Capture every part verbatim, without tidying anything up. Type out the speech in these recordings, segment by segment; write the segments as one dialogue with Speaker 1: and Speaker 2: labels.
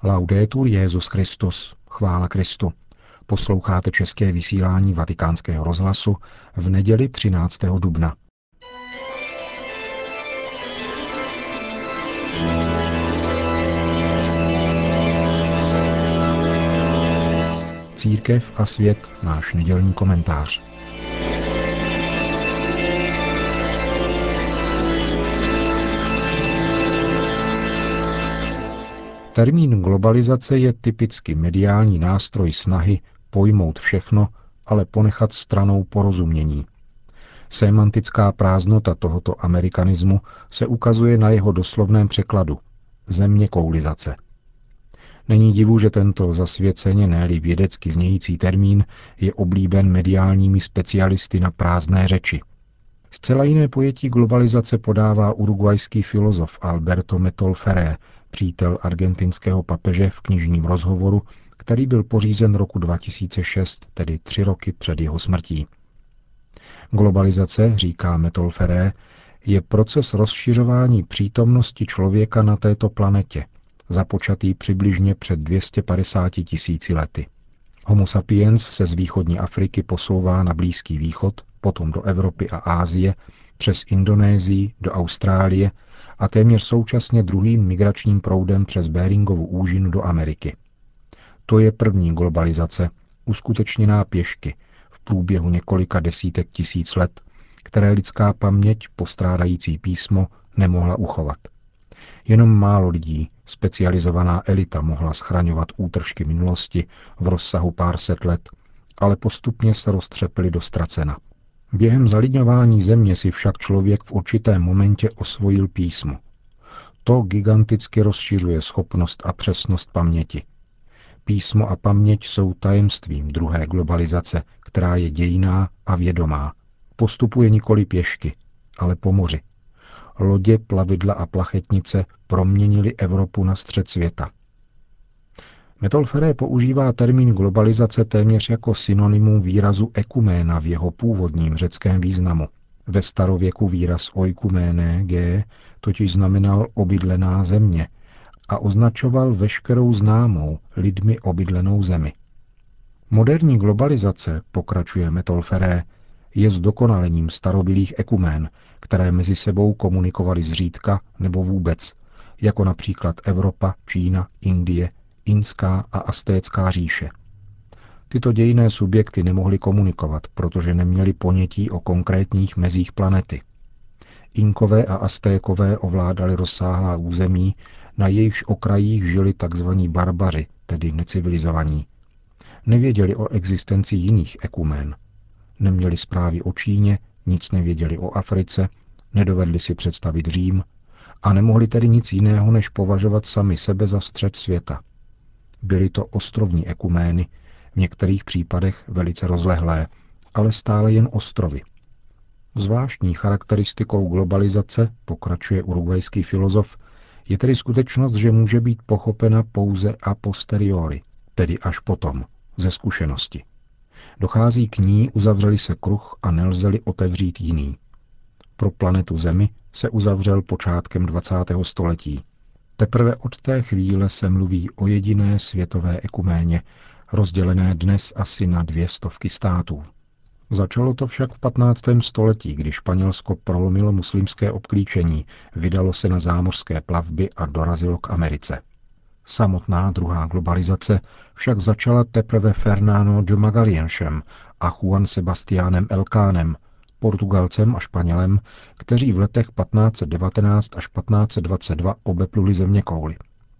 Speaker 1: Laudetur Jesus Christus, chvála Kristu. Posloucháte české vysílání Vatikánského rozhlasu v neděli třináctého dubna. Církev a svět, náš nedělní komentář. Termín globalizace je typicky mediální nástroj snahy pojmout všechno, ale ponechat stranou porozumění. Sémantická prázdnota tohoto amerikanismu se ukazuje na jeho doslovném překladu – zeměkoulizace. Není divu, že tento zasvěceně, ne-li vědecky znějící termín je oblíben mediálními specialisty na prázdné řeči. Zcela jiné pojetí globalizace podává uruguajský filozof Alberto Metol Ferré, přítel argentinského papeže, v knižním rozhovoru, který byl pořízen roku dva tisíce šest, tedy tři roky před jeho smrtí. Globalizace, říká Metol Ferré, je proces rozšiřování přítomnosti člověka na této planetě, započatý přibližně před dvěma sty padesáti tisíci lety. Homo sapiens se z východní Afriky posouvá na Blízký východ, potom do Evropy a Asie, přes Indonésii do Austrálie a téměř současně druhým migračním proudem přes Béringovu úžinu do Ameriky. To je první globalizace, uskutečněná pěšky v průběhu několika desítek tisíc let, které lidská paměť, postrádající písmo, nemohla uchovat. Jenom málo lidí, specializovaná elita, mohla schraňovat útržky minulosti v rozsahu pár set let, ale postupně se roztřepily do ztracena. Během zalidňování země si však člověk v určitém momentě osvojil písmo. To giganticky rozšiřuje schopnost a přesnost paměti. Písmo a paměť jsou tajemstvím druhé globalizace, která je dějinná a vědomá. Postupuje nikoli pěšky, ale po moři. Lodě, plavidla a plachetnice proměnily Evropu na střed světa. Metol Ferré používá termín globalizace téměř jako synonymum výrazu ekuména v jeho původním řeckém významu. Ve starověku výraz oikuméné ge totiž znamenal obydlená země a označoval veškerou známou lidmi obydlenou zemi. Moderní globalizace, pokračuje Metol Ferré, je zdokonalením starobylých ekumén, které mezi sebou komunikovaly zřídka nebo vůbec, jako například Evropa, Čína, Indie, Inská a Aztécká říše. Tyto dějinné subjekty nemohly komunikovat, protože neměli ponětí o konkrétních mezích planety. Inkové a Aztékové ovládali rozsáhlá území, na jejichž okrajích žili tzv. Barbaři, tedy necivilizovaní. Nevěděli o existenci jiných ekumén. Neměli zprávy o Číně, nic nevěděli o Africe, nedovedli si představit Řím a nemohli tedy nic jiného, než považovat sami sebe za střed světa. Byly to ostrovní ekumény, v některých případech velice rozlehlé, ale stále jen ostrovy. Zvláštní charakteristikou globalizace, pokračuje uruguajský filozof, je tedy skutečnost, že může být pochopena pouze a posteriori, tedy až potom, ze zkušenosti. Dochází k ní, uzavřeli se kruh a nelze-li otevřít jiný. Pro planetu Zemi se uzavřel počátkem dvacátého století. Teprve od té chvíle se mluví o jediné světové ekuméně, rozdělené dnes asi na dvě stovky států. Začalo to však v patnáctém století, kdy Španělsko prolomilo muslimské obklíčení, vydalo se na zámořské plavby a dorazilo k Americe. Samotná druhá globalizace však začala teprve Fernando de Magalhãesem a Juan Sebastiánem Elkánem, Portugalcem a Španělem, kteří v letech patnáct set devatenáct až patnáct set dvacet dva obepluli zeměkouli.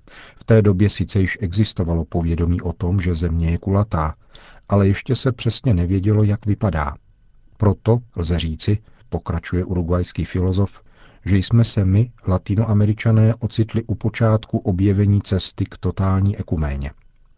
Speaker 1: V té době sice již existovalo povědomí o tom, že země je kulatá, ale ještě se přesně nevědělo, jak vypadá. Proto lze říci, pokračuje uruguajský filozof, že jsme se my, Latinoameričané, ocitli u počátku objevení cesty k totální ekuméně.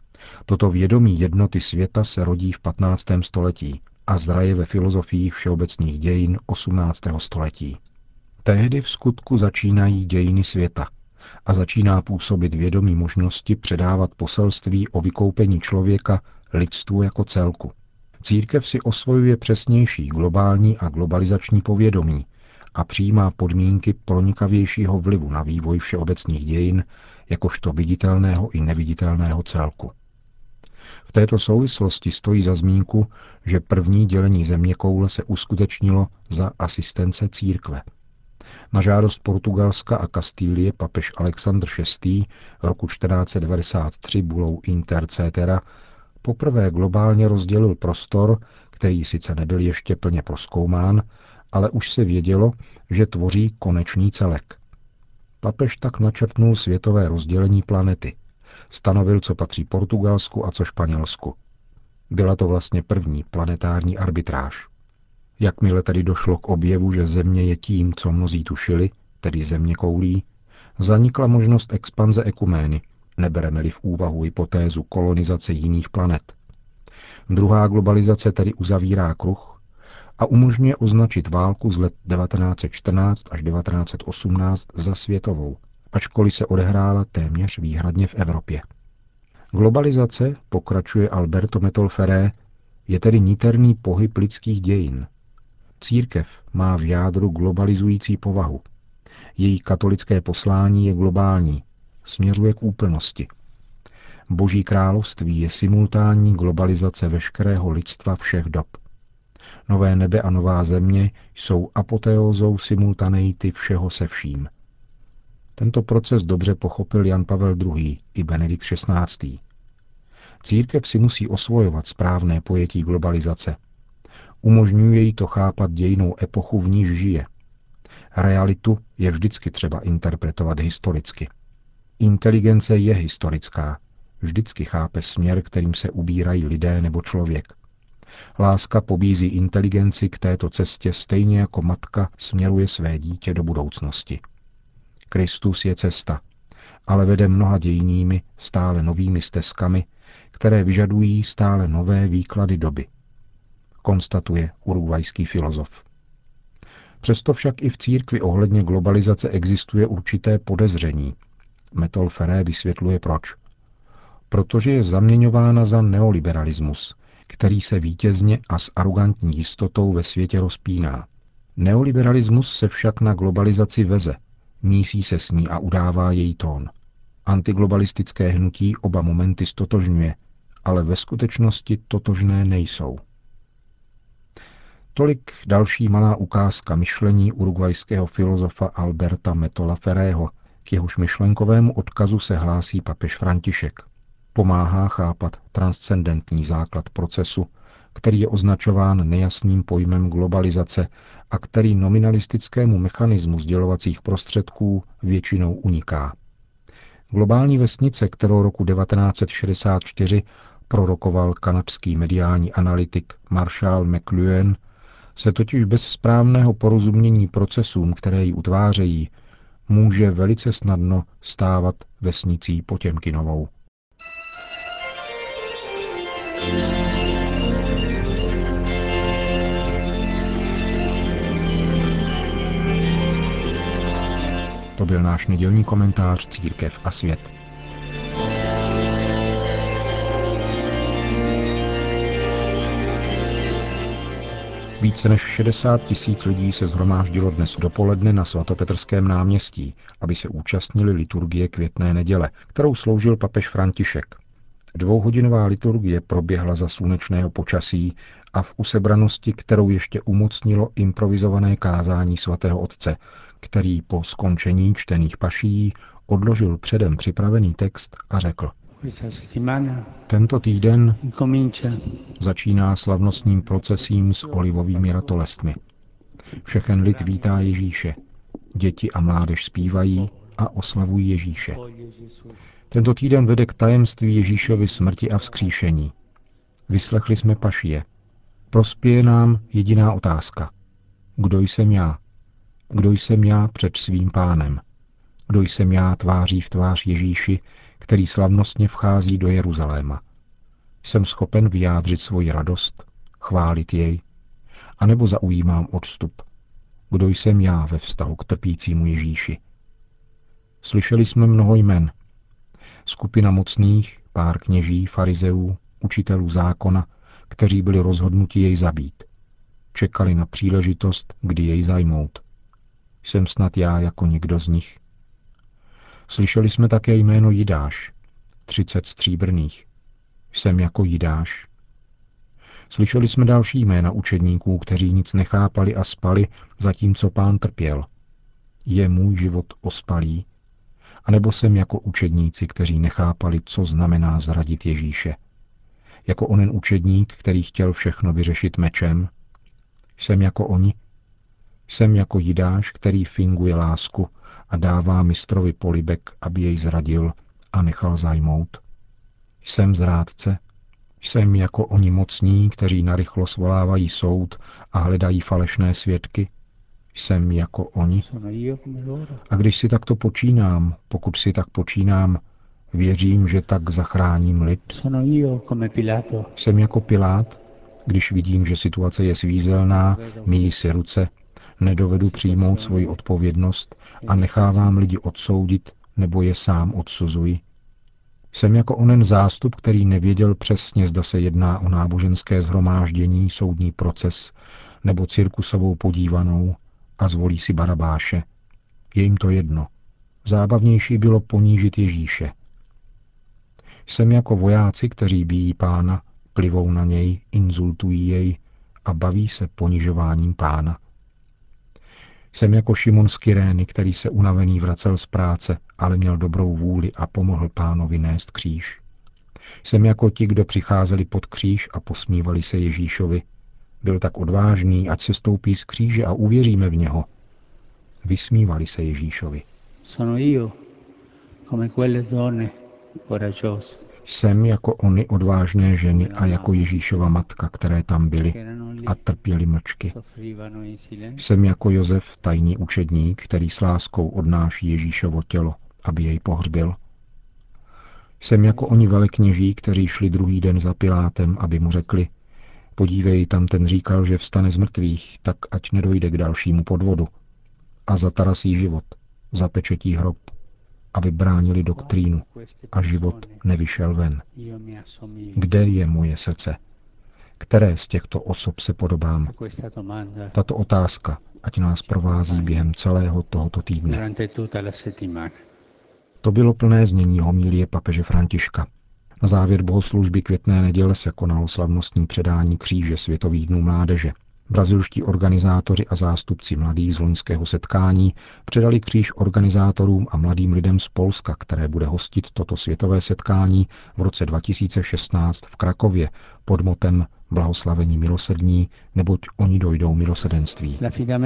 Speaker 1: Toto vědomí jednoty světa se rodí v patnáctém století a zraje ve filozofii všeobecných dějin osmnáctého století. Tehdy v skutku začínají dějiny světa a začíná působit vědomí možnosti předávat poselství o vykoupení člověka lidstvu jako celku. Církev si osvojuje přesnější globální a globalizační povědomí a přijímá podmínky pronikavějšího vlivu na vývoj všeobecných dějin, jakožto viditelného i neviditelného celku. V této souvislosti stojí za zmínku, že první dělení zeměkoule se uskutečnilo za asistence církve. Na žádost Portugalska a Kastýlie papež Alexandr šestý. roku čtrnáct set devadesát tři bulou Inter Cetera poprvé globálně rozdělil prostor, který sice nebyl ještě plně prozkoumán, ale už se vědělo, že tvoří konečný celek. Papež tak načrtnul světové rozdělení planety. Stanovil, co patří Portugalsku a co Španělsku. Byla to vlastně první planetární arbitráž. Jakmile tedy došlo k objevu, že Země je tím, co mnozí tušili, tedy zeměkoulí, zanikla možnost expanze ekumény, nebereme-li v úvahu hypotézu kolonizace jiných planet. Druhá globalizace tedy uzavírá kruh a umožňuje označit válku z let devatenáct set čtrnáct až devatenáct set osmnáct za světovou, ačkoliv se odehrála téměř výhradně v Evropě. Globalizace, pokračuje Alberto Metolferré, je tedy niterný pohyb lidských dějin. Církev má v jádru globalizující povahu. Její katolické poslání je globální, směřuje k úplnosti. Boží království je simultánní globalizace veškerého lidstva všech dob. Nové nebe a nová země jsou apoteózou simultaneity všeho se vším. Tento proces dobře pochopil Jan Pavel druhý. I Benedikt šestnáctý. Církev si musí osvojovat správné pojetí globalizace. Umožňuje jí to chápat dějinnou epochu, v níž žije. Realitu je vždycky třeba interpretovat historicky. Inteligence je historická. Vždycky chápe směr, kterým se ubírají lidé nebo člověk. Láska pobízí inteligenci k této cestě stejně jako matka směruje své dítě do budoucnosti. Kristus je cesta, ale vede mnoha dějinými, stále novými stezkami, které vyžadují stále nové výklady doby, konstatuje urugvajský filozof. Přesto však i v církvi ohledně globalizace existuje určité podezření. Metolferré vysvětluje proč. Protože je zaměňována za neoliberalismus, který se vítězně a s arogantní jistotou ve světě rozpíná. Neoliberalismus se však na globalizaci veze, mísí se s ní a udává její tón. Antiglobalistické hnutí oba momenty stotožňuje, ale ve skutečnosti totožné nejsou. Tolik další malá ukázka myšlení urugvajského filozofa Alberta Metola Ferrého. K jehož myšlenkovému odkazu se hlásí papež František. Pomáhá chápat transcendentní základ procesu, který je označován nejasným pojmem globalizace a který nominalistickému mechanismu sdělovacích prostředků většinou uniká. Globální vesnice, kterou roku devatenáct set šedesát čtyři prorokoval kanadský mediální analytik Marshall McLuhan, se totiž bez správného porozumění procesům, které ji utvářejí, může velice snadno stávat vesnicí Potěmkinovou. To byl náš nedělní komentář Církev a svět. Více než šedesát tisíc lidí se shromáždilo dnes dopoledne na svatopetrském náměstí, aby se účastnili liturgie Květné neděle, kterou sloužil papež František. Dvouhodinová liturgie proběhla za slunečného počasí a v usebranosti, kterou ještě umocnilo improvizované kázání svatého otce, který po skončení čtených paší odložil předem připravený text a řekl: Tento týden začíná slavnostním procesím s olivovými ratolestmi. Všechen lid vítá Ježíše. Děti a mládež zpívají a oslavují Ježíše. Tento týden vede k tajemství Ježíšovy smrti a vzkříšení. Vyslechli jsme pašie. Prospěje nám jediná otázka. Kdo jsem já? Kdo jsem já před svým pánem? Kdo jsem já tváří v tvář Ježíši, který slavnostně vchází do Jeruzaléma? Jsem schopen vyjádřit svoji radost, chválit jej, anebo zaujímám odstup? Kdo jsem já ve vztahu k trpícímu Ježíši? Slyšeli jsme mnoho jmen. Skupina mocných, pár kněží, farizeů, učitelů zákona, kteří byli rozhodnuti jej zabít. Čekali na příležitost, kdy jej zajmout. Jsem snad já jako někdo z nich? Slyšeli jsme také jméno Jidáš, třicet stříbrných. Jsem jako Jidáš? Slyšeli jsme další jména učedníků, kteří nic nechápali a spali, zatímco Pán trpěl. Je můj život ospalý? A nebo jsem jako učedníci, kteří nechápali, co znamená zradit Ježíše? Jako onen učedník, který chtěl všechno vyřešit mečem? Jsem jako oni? Jsem jako Jidáš, který finguje lásku a dává mistrovi polibek, aby jej zradil a nechal zajmout? Jsem zrádce? Jsem jako oni mocní, kteří narychlo svolávají soud a hledají falešné svědky? Jsem jako oni? A když si takto počínám, pokud si tak počínám, věřím, že tak zachráním lid. Jsem jako Pilát, když vidím, že situace je svízelná, myji si ruce, nedovedu přijmout svoji odpovědnost a nechávám lidi odsoudit, nebo je sám odsuzuji. Jsem jako onen zástup, který nevěděl přesně, zda se jedná o náboženské shromáždění, soudní proces nebo cirkusovou podívanou a zvolí si Barabáše. Je jim to jedno. Zábavnější bylo ponížit Ježíše. Jsem jako vojáci, kteří bijí Pána, plivou na něj, insultují jej a baví se ponižováním Pána. Jsem jako Šimon z Kyrény, který se unavený vracel z práce, ale měl dobrou vůli a pomohl Pánovi nést kříž. Jsem jako ti, kdo přicházeli pod kříž a posmívali se Ježíšovi. Byl tak odvážný, ať se stoupí z kříže a uvěříme v něho. Vysmívali se Ježíšovi. Jsem jako ony odvážné ženy a jako Ježíšova matka, které tam byly a trpěli mlčky. Jsem jako Josef, tajný učedník, který s láskou odnáší Ježíšovo tělo, aby jej pohřbil. Jsem jako oni velekněží, kteří šli druhý den za Pilátem, aby mu řekli: podívej, tam ten říkal, že vstane z mrtvých, tak ať nedojde k dalšímu podvodu. A zatarasí život, zapečetí hrob, aby bránili doktrínu a život nevyšel ven. Kde je moje srdce? Které z těchto osob se podobám? Tato otázka, ať nás provází během celého tohoto týdne. To bylo plné znění homilie papeže Františka. Na závěr bohoslužby květné neděle se konalo slavnostní předání kříže Světových dnů mládeže. Brazilští organizátoři a zástupci mladých z loňského setkání předali kříž organizátorům a mladým lidem z Polska, které bude hostit toto světové setkání v roce dva tisíce šestnáct v Krakově pod motem Blahoslavení milosrdní, neboť oni dojdou milosrdenství.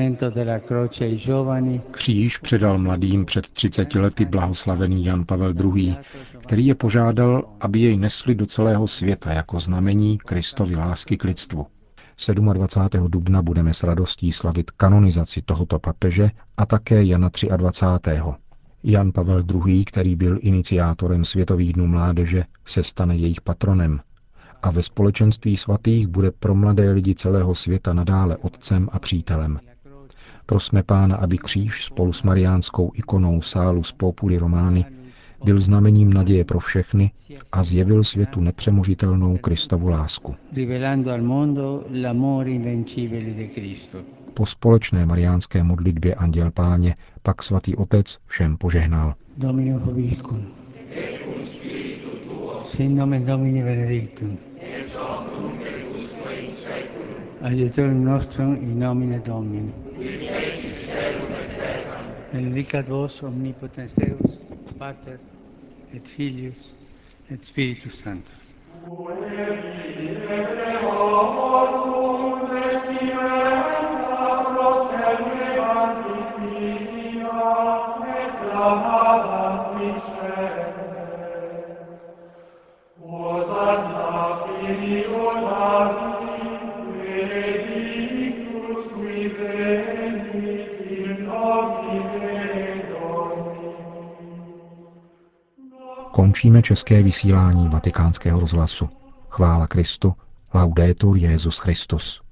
Speaker 1: Kříž předal mladým před třiceti lety blahoslavený Jan Pavel druhý., který je požádal, aby jej nesli do celého světa jako znamení Kristovy lásky k lidstvu. dvacátého sedmého dubna budeme s radostí slavit kanonizaci tohoto papeže a také Jana dvacátého třetího. Jan Pavel druhý., který byl iniciátorem Světových dnů mládeže, se stane jejich patronem a ve společenství svatých bude pro mladé lidi celého světa nadále otcem a přítelem. Prosme Pána, aby kříž spolu s mariánskou ikonou Salus Populi Romani byl znamením naděje pro všechny a zjevil světu nepřemožitelnou Kristovu lásku. Po společné mariánské modlitbě Anděl Páně pak svatý otec všem požehnal.
Speaker 2: Domino vobiscum. Sin nomen Domini benedictum. Adiutorium nostrum in nomine Domini. Benedicat vos omnipotens Deus, Pater et Filius et Spiritus Sanctus.
Speaker 1: Končíme české vysílání Vatikánského rozhlasu. Chvála Kristu, laudetur Jesus Christus.